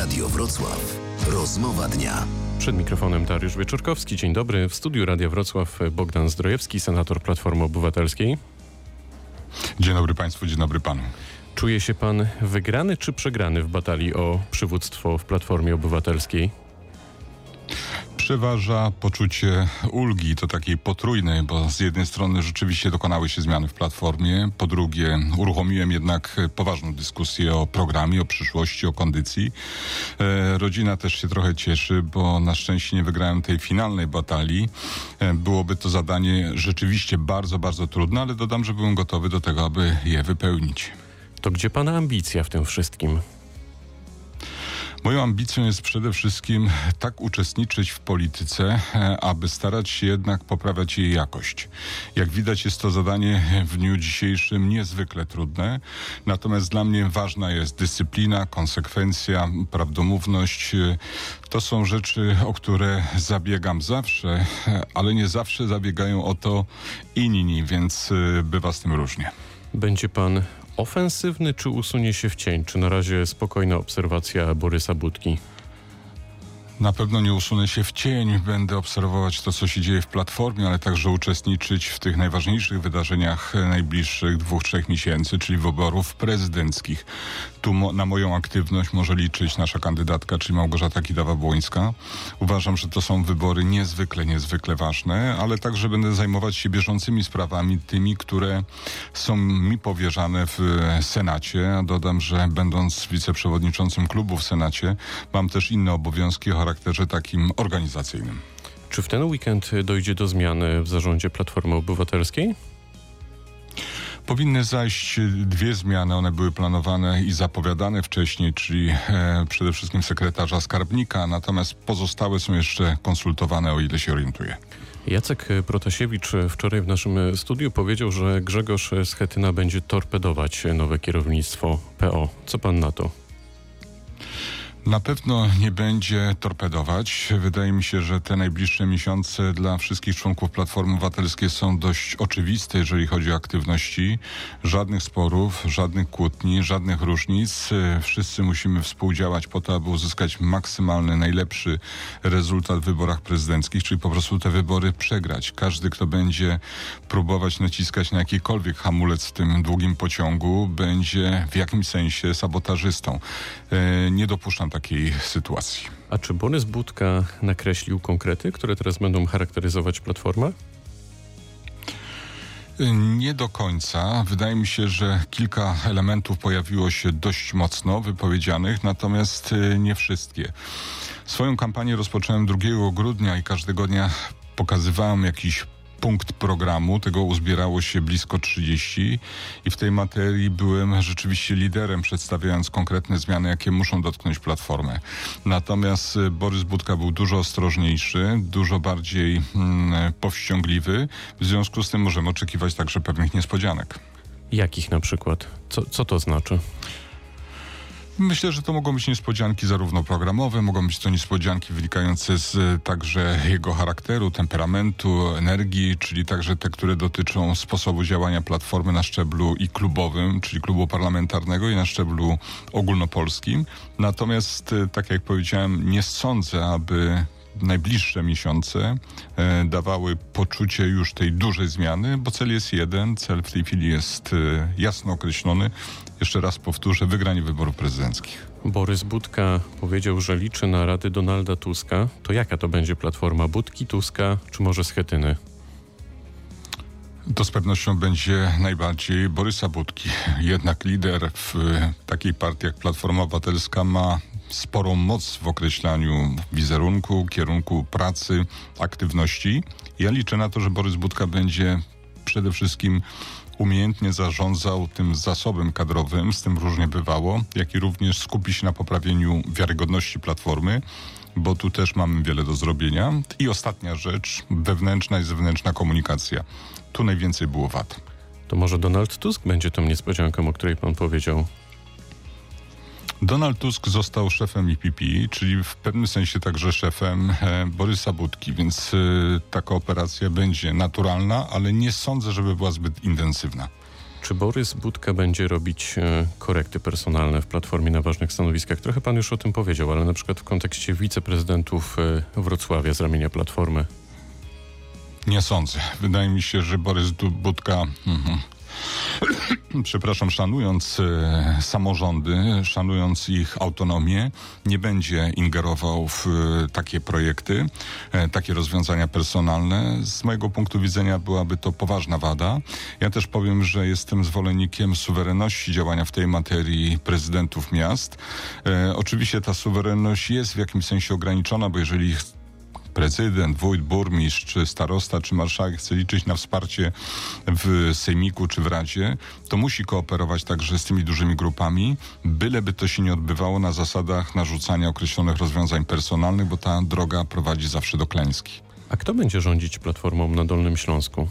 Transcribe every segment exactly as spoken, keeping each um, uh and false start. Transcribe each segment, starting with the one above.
Radio Wrocław. Rozmowa dnia. Przed mikrofonem Dariusz Wieczorkowski. Dzień dobry. W studiu Radia Wrocław Bogdan Zdrojewski, senator Platformy Obywatelskiej. Dzień dobry Państwu, dzień dobry Panu. Czuje się Pan wygrany czy przegrany w batalii o przywództwo w Platformie Obywatelskiej? Przeważa poczucie ulgi, to takiej potrójnej, bo z jednej strony rzeczywiście dokonały się zmiany w Platformie, po drugie uruchomiłem jednak poważną dyskusję o programie, o przyszłości, o kondycji. E, rodzina też się trochę cieszy, bo na szczęście nie wygrałem tej finalnej batalii. E, byłoby to zadanie rzeczywiście bardzo, bardzo trudne, ale dodam, że byłem gotowy do tego, aby je wypełnić. To gdzie Pana ambicja w tym wszystkim? Moją ambicją jest przede wszystkim tak uczestniczyć w polityce, aby starać się jednak poprawiać jej jakość. Jak widać, jest to zadanie w dniu dzisiejszym niezwykle trudne, natomiast dla mnie ważna jest dyscyplina, konsekwencja, prawdomówność. To są rzeczy, o które zabiegam zawsze, ale nie zawsze zabiegają o to inni, więc bywa z tym różnie. Będzie Pan ofensywny, czy usunie się w cień? Czy na razie spokojna obserwacja Borysa Budki? Na pewno nie usunę się w cień, będę obserwować to, co się dzieje w Platformie, ale także uczestniczyć w tych najważniejszych wydarzeniach najbliższych dwóch, trzech miesięcy, czyli wyborów prezydenckich. Tu mo- na moją aktywność może liczyć nasza kandydatka, czyli Małgorzata Kidawa-Błońska. Uważam, że to są wybory niezwykle, niezwykle ważne, ale także będę zajmować się bieżącymi sprawami, tymi, które są mi powierzane w Senacie. Dodam, że będąc wiceprzewodniczącym klubu w Senacie, mam też inne obowiązki o charakterze takim organizacyjnym. Czy w ten weekend dojdzie do zmiany w zarządzie Platformy Obywatelskiej? Powinny zajść dwie zmiany, one były planowane i zapowiadane wcześniej, czyli e, przede wszystkim sekretarza skarbnika, natomiast pozostałe są jeszcze konsultowane, o ile się orientuję. Jacek Protasiewicz wczoraj w naszym studiu powiedział, że Grzegorz Schetyna będzie torpedować nowe kierownictwo P O. Co pan na to? Na pewno nie będzie torpedować. Wydaje mi się, że te najbliższe miesiące dla wszystkich członków Platformy Obywatelskiej są dość oczywiste, jeżeli chodzi o aktywności. Żadnych sporów, żadnych kłótni, żadnych różnic. Wszyscy musimy współdziałać po to, aby uzyskać maksymalny, najlepszy rezultat w wyborach prezydenckich, czyli po prostu te wybory przegrać. Każdy, kto będzie próbować naciskać na jakikolwiek hamulec w tym długim pociągu, będzie w jakimś sensie sabotażystą. Nie dopuszczam takiej sytuacji. A czy Borys Budka nakreślił konkrety, które teraz będą charakteryzować Platformę? Nie do końca. Wydaje mi się, że kilka elementów pojawiło się dość mocno wypowiedzianych, natomiast nie wszystkie. Swoją kampanię rozpocząłem drugiego grudnia i każdego dnia pokazywałem jakiś punkt programu, tego uzbierało się blisko trzydzieści i w tej materii byłem rzeczywiście liderem, przedstawiając konkretne zmiany, jakie muszą dotknąć Platformę. Natomiast Borys Budka był dużo ostrożniejszy, dużo bardziej mm, powściągliwy. W związku z tym możemy oczekiwać także pewnych niespodzianek. Jakich na przykład? Co, co to znaczy? Myślę, że to mogą być niespodzianki zarówno programowe, mogą być to niespodzianki wynikające z także jego charakteru, temperamentu, energii, czyli także te, które dotyczą sposobu działania Platformy na szczeblu i klubowym, czyli klubu parlamentarnego, i na szczeblu ogólnopolskim. Natomiast, tak jak powiedziałem, nie sądzę, aby najbliższe miesiące e, dawały poczucie już tej dużej zmiany, bo cel jest jeden, cel w tej chwili jest e, jasno określony. Jeszcze raz powtórzę, wygranie wyborów prezydenckich. Borys Budka powiedział, że liczy na rady Donalda Tuska. To jaka to będzie Platforma? Budki, Tuska czy może Schetyny? To z pewnością będzie najbardziej Borysa Budki. Jednak lider w takiej partii jak Platforma Obywatelska ma sporą moc w określaniu wizerunku, kierunku pracy, aktywności. Ja liczę na to, że Borys Budka będzie przede wszystkim umiejętnie zarządzał tym zasobem kadrowym, z tym różnie bywało, jak i również skupi się na poprawieniu wiarygodności Platformy, bo tu też mamy wiele do zrobienia. I ostatnia rzecz, wewnętrzna i zewnętrzna komunikacja. Tu najwięcej było wad. To może Donald Tusk będzie tą niespodzianką, o której pan powiedział? Donald Tusk został szefem I P P, czyli w pewnym sensie także szefem e, Borysa Budki, więc e, taka operacja będzie naturalna, ale nie sądzę, żeby była zbyt intensywna. Czy Borys Budka będzie robić korekty personalne w Platformie na ważnych stanowiskach? Trochę pan już o tym powiedział, ale na przykład w kontekście wiceprezydentów Wrocławia z ramienia Platformy. Nie sądzę. Wydaje mi się, że Borys Budka... Mhm. przepraszam, szanując e, samorządy, szanując ich autonomię, nie będzie ingerował w e, takie projekty, e, takie rozwiązania personalne. Z mojego punktu widzenia byłaby to poważna wada. Ja też powiem, że jestem zwolennikiem suwerenności działania w tej materii prezydentów miast. E, oczywiście ta suwerenność jest w jakimś sensie ograniczona, bo jeżeli prezydent, wójt, burmistrz, czy starosta, czy marszałek chce liczyć na wsparcie w sejmiku czy w radzie, to musi kooperować także z tymi dużymi grupami, byleby to się nie odbywało na zasadach narzucania określonych rozwiązań personalnych, bo ta droga prowadzi zawsze do klęski. A kto będzie rządzić Platformą na Dolnym Śląsku?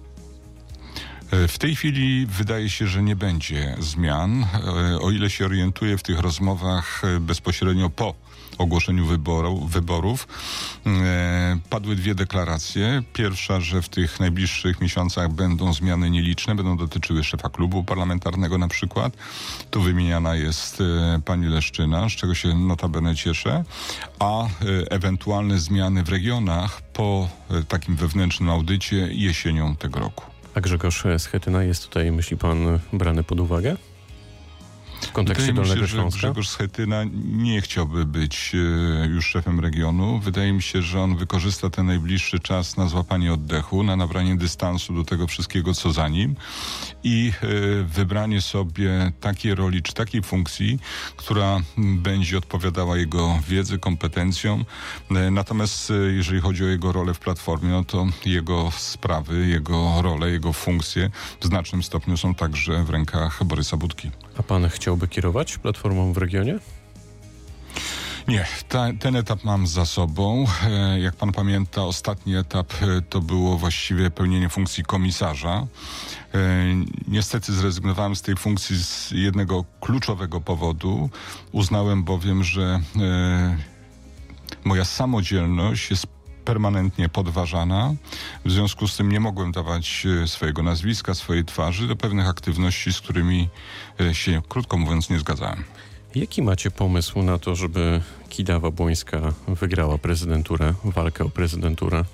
W tej chwili wydaje się, że nie będzie zmian. O ile się orientuję w tych rozmowach bezpośrednio po ogłoszeniu wyboru, wyborów, e, padły dwie deklaracje. Pierwsza, że w tych najbliższych miesiącach będą zmiany nieliczne, będą dotyczyły szefa klubu parlamentarnego na przykład. Tu wymieniana jest e, pani Leszczyna, z czego się notabene cieszę, a e, ewentualne zmiany w regionach po e, takim wewnętrznym audycie jesienią tego roku. A Grzegorz Schetyna jest tutaj, myśli pan, brany pod uwagę? W kontekście Wydaje mi Dolnego się, Śląska? że Grzegorz Schetyna nie chciałby być e, już szefem regionu. Wydaje mi się, że on wykorzysta ten najbliższy czas na złapanie oddechu, na nabranie dystansu do tego wszystkiego, co za nim i e, wybranie sobie takiej roli czy takiej funkcji, która będzie odpowiadała jego wiedzy, kompetencjom. E, natomiast e, jeżeli chodzi o jego rolę w Platformie, no to jego sprawy, jego role, jego funkcje w znacznym stopniu są także w rękach Borysa Budki. A pan chciałby kierować Platformą w regionie? Nie, ta, ten etap mam za sobą. E, jak pan pamięta, ostatni etap e, to było właściwie pełnienie funkcji komisarza. E, niestety zrezygnowałem z tej funkcji z jednego kluczowego powodu. Uznałem bowiem, że e, moja samodzielność jest permanentnie podważana. W związku z tym nie mogłem dawać swojego nazwiska, swojej twarzy do pewnych aktywności, z którymi się, krótko mówiąc, nie zgadzałem. Jaki macie pomysł na to, żeby Kidawa-Błońska wygrała prezydenturę, walkę o prezydenturę?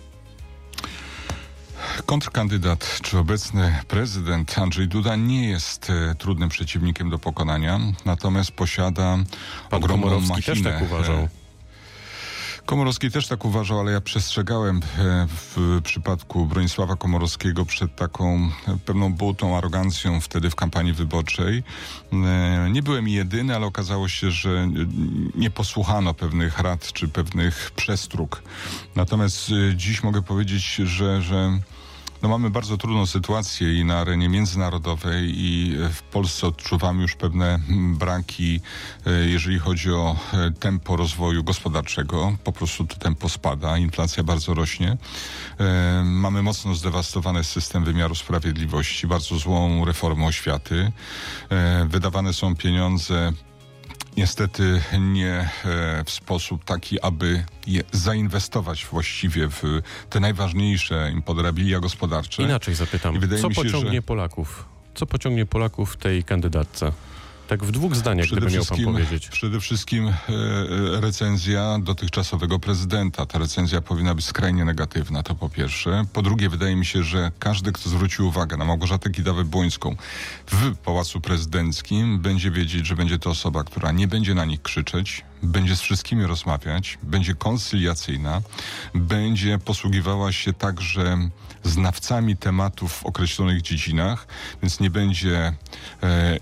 Kontrkandydat, czy obecny prezydent Andrzej Duda nie jest e, trudnym przeciwnikiem do pokonania, natomiast posiada Pan ogromną Komorowski machinę. też tak uważał. Komorowski też tak uważał, ale ja przestrzegałem w przypadku Bronisława Komorowskiego przed taką pewną bułtą, arogancją wtedy w kampanii wyborczej. Nie byłem jedyny, ale okazało się, że nie posłuchano pewnych rad czy pewnych przestróg. Natomiast dziś mogę powiedzieć, że, że no mamy bardzo trudną sytuację i na arenie międzynarodowej i w Polsce odczuwamy już pewne braki, jeżeli chodzi o tempo rozwoju gospodarczego. Po prostu to tempo spada, inflacja bardzo rośnie. Mamy mocno zdewastowany system wymiaru sprawiedliwości, bardzo złą reformę oświaty. Wydawane są pieniądze niestety nie w sposób taki, aby je zainwestować właściwie w te najważniejsze imponderabilia gospodarcze. Inaczej zapytam, co pociągnie się, że... Polaków? Co pociągnie Polaków w tej kandydatce? Tak w dwóch zdaniach, przede gdyby miał pan powiedzieć. Przede wszystkim e, recenzja dotychczasowego prezydenta. Ta recenzja powinna być skrajnie negatywna, to po pierwsze. Po drugie, wydaje mi się, że każdy, kto zwrócił uwagę na Małgorzatę Kidawę-Błońską w Pałacu Prezydenckim, będzie wiedzieć, że będzie to osoba, która nie będzie na nich krzyczeć, będzie z wszystkimi rozmawiać, będzie koncyliacyjna, będzie posługiwała się także znawcami tematów w określonych dziedzinach, więc nie będzie e,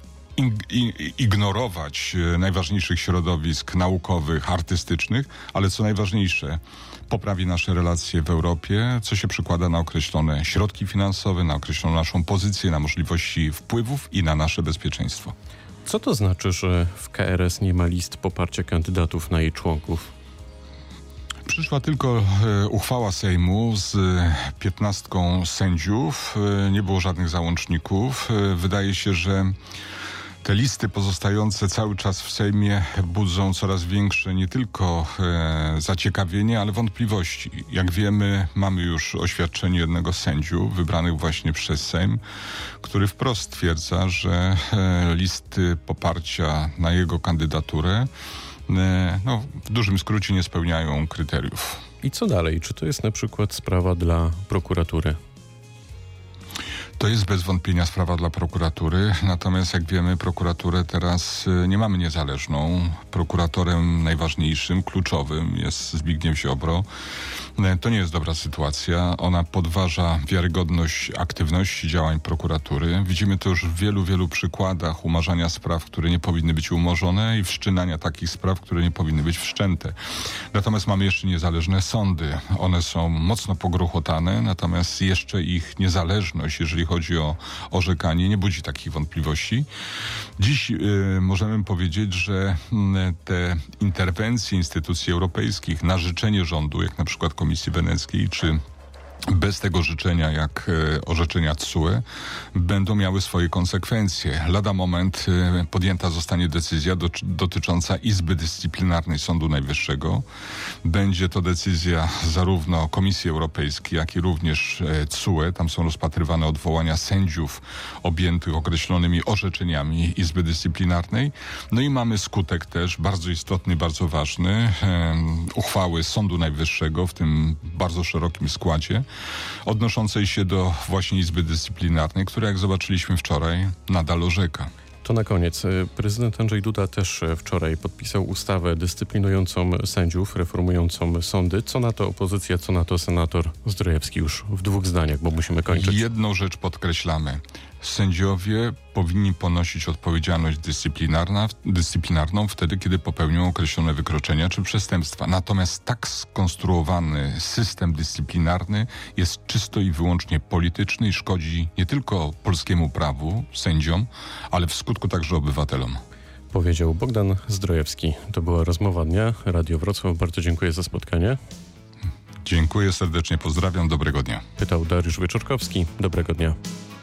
ignorować najważniejszych środowisk naukowych, artystycznych, ale co najważniejsze, poprawi nasze relacje w Europie, co się przekłada na określone środki finansowe, na określoną naszą pozycję, na możliwości wpływów i na nasze bezpieczeństwo. Co to znaczy, że w K R S nie ma list poparcia kandydatów na jej członków? Przyszła tylko e, uchwała Sejmu z piętnastką sędziów. E, nie było żadnych załączników. E, wydaje się, że Te listy pozostające cały czas w Sejmie budzą coraz większe nie tylko e, zaciekawienie, ale wątpliwości. Jak wiemy, mamy już oświadczenie jednego z sędziów wybranych właśnie przez Sejm, który wprost stwierdza, że e, listy poparcia na jego kandydaturę e, no, w dużym skrócie nie spełniają kryteriów. I co dalej? Czy to jest na przykład sprawa dla prokuratury? To jest bez wątpienia sprawa dla prokuratury, natomiast jak wiemy, prokuraturę teraz nie mamy niezależną. Prokuratorem najważniejszym, kluczowym jest Zbigniew Ziobro. To nie jest dobra sytuacja. Ona podważa wiarygodność aktywności działań prokuratury. Widzimy to już w wielu, wielu przykładach umarzania spraw, które nie powinny być umorzone i wszczynania takich spraw, które nie powinny być wszczęte. Natomiast mamy jeszcze niezależne sądy. One są mocno pogruchotane, natomiast jeszcze ich niezależność, jeżeli chodzi o orzekanie, nie budzi takich wątpliwości. Dziś y, możemy powiedzieć, że y, te interwencje instytucji europejskich na życzenie rządu, jak na przykład Komisji Weneckiej, czy bez tego życzenia, jak e, orzeczenia T S U E, będą miały swoje konsekwencje. Lada moment e, podjęta zostanie decyzja do, dotycząca Izby Dyscyplinarnej Sądu Najwyższego. Będzie to decyzja zarówno Komisji Europejskiej, jak i również e, T S U E. Tam są rozpatrywane odwołania sędziów objętych określonymi orzeczeniami Izby Dyscyplinarnej. No i mamy skutek też bardzo istotny, bardzo ważny e, uchwały Sądu Najwyższego w tym bardzo szerokim składzie, odnoszącej się do właśnie Izby Dyscyplinarnej, która, jak zobaczyliśmy wczoraj, nadal orzeka. To na koniec. Prezydent Andrzej Duda też wczoraj podpisał ustawę dyscyplinującą sędziów, reformującą sądy. Co na to opozycja, co na to senator Zdrojewski? Już w dwóch zdaniach, bo musimy kończyć. Jedną rzecz podkreślamy. Sędziowie powinni ponosić odpowiedzialność dyscyplinarna, dyscyplinarną wtedy, kiedy popełnią określone wykroczenia czy przestępstwa. Natomiast tak skonstruowany system dyscyplinarny jest czysto i wyłącznie polityczny i szkodzi nie tylko polskiemu prawu, sędziom, ale w skutku także obywatelom. Powiedział Bogdan Zdrojewski. To była rozmowa dnia. Radio Wrocław. Bardzo dziękuję za spotkanie. Dziękuję serdecznie, pozdrawiam, dobrego dnia. Pytał Dariusz Wieczorkowski. Dobrego dnia.